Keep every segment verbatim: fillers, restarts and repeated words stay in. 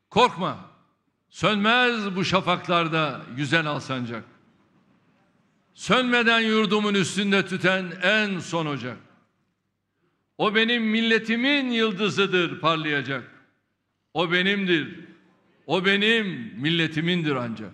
Korkma, sönmez bu şafaklarda yüzen alsancak. Sönmeden yurdumun üstünde tüten en son ocak. O benim milletimin yıldızıdır parlayacak. O benimdir, o benim milletimindir ancak.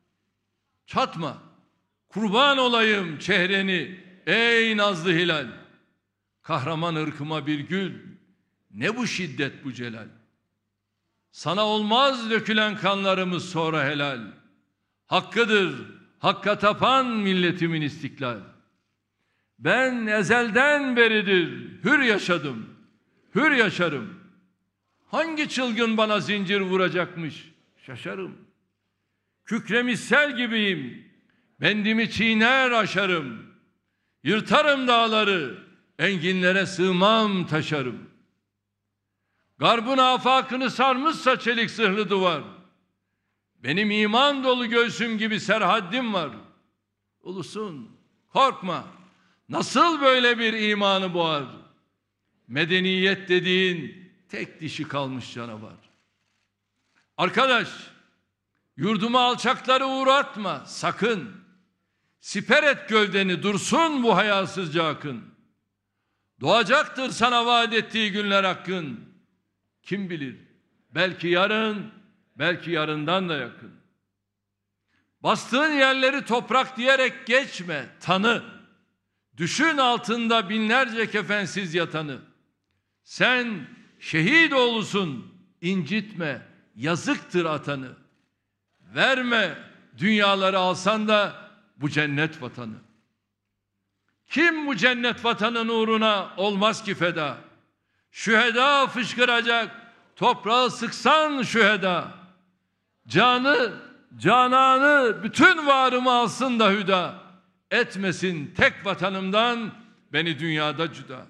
Çatma, kurban olayım çehreni ey nazlı hilal. Kahraman ırkıma bir gül, ne bu şiddet bu celal. Sana olmaz dökülen kanlarımız sonra helal. Hakkıdır, hakka tapan milletimin istiklal. Ben ezelden beridir hür yaşadım, hür yaşarım. Hangi çılgın bana zincir vuracakmış, şaşarım. Kükremiş sel gibiyim, bendimi çiğner aşarım. Yırtarım dağları, enginlere sığmam taşarım. Garbın afakını sarmışsa çelik zırhlı duvar. Benim iman dolu göğsüm gibi serhaddim var. Ulusun, korkma. Nasıl böyle bir imanı boğar? Medeniyet dediğin tek dişi kalmış canavar. Arkadaş, yurduma alçakları uğratma sakın. Siper et gövdeni, dursun bu hayasızca akın. Doğacaktır sana vaat ettiği günler hakkın. Kim bilir, belki yarın, belki yarından da yakın. Bastığın yerleri toprak diyerek geçme, tanı. Düşün altında binlerce kefensiz yatanı. Sen şehit oğlusun, incitme, yazıktır atanı. Verme dünyaları alsan da bu cennet vatanı. Kim bu cennet vatanın uğruna olmaz ki feda? Şüheda fışkıracak, toprağı sıksan şüheda. Canı, cananı, bütün varımı alsın da hüda. Etmesin tek vatanımdan beni dünyada cüda.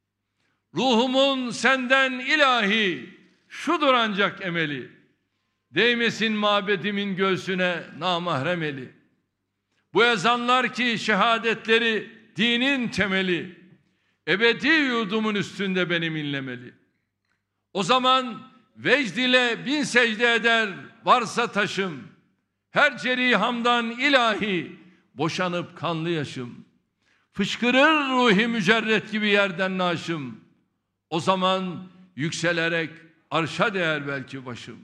Ruhumun senden ilahi, şudur ancak emeli. Değmesin mabedimin göğsüne namahrem eli. Bu ezanlar ki şehadetleri dinin temeli. Ebedi yurdumun üstünde benim inlemeli. O zaman vecd ile bin secde eder varsa taşım. Her cerihamdan ilahi boşanıp kanlı yaşım. Fışkırır ruhi mücerret gibi yerden naşım. O zaman yükselerek arşa değer belki başım.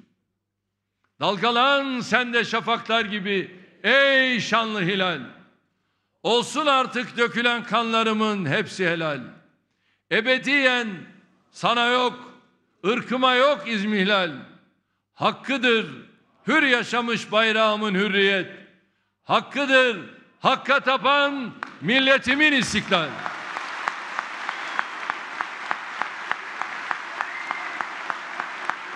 Dalgalan sen de şafaklar gibi ey şanlı hilal. Olsun artık dökülen kanlarımın hepsi helal. Ebediyen sana yok, ırkıma yok izmihlal. Hakkıdır hür yaşamış bayrağımın hürriyet. Hakkıdır hakka tapan milletimin istiklal.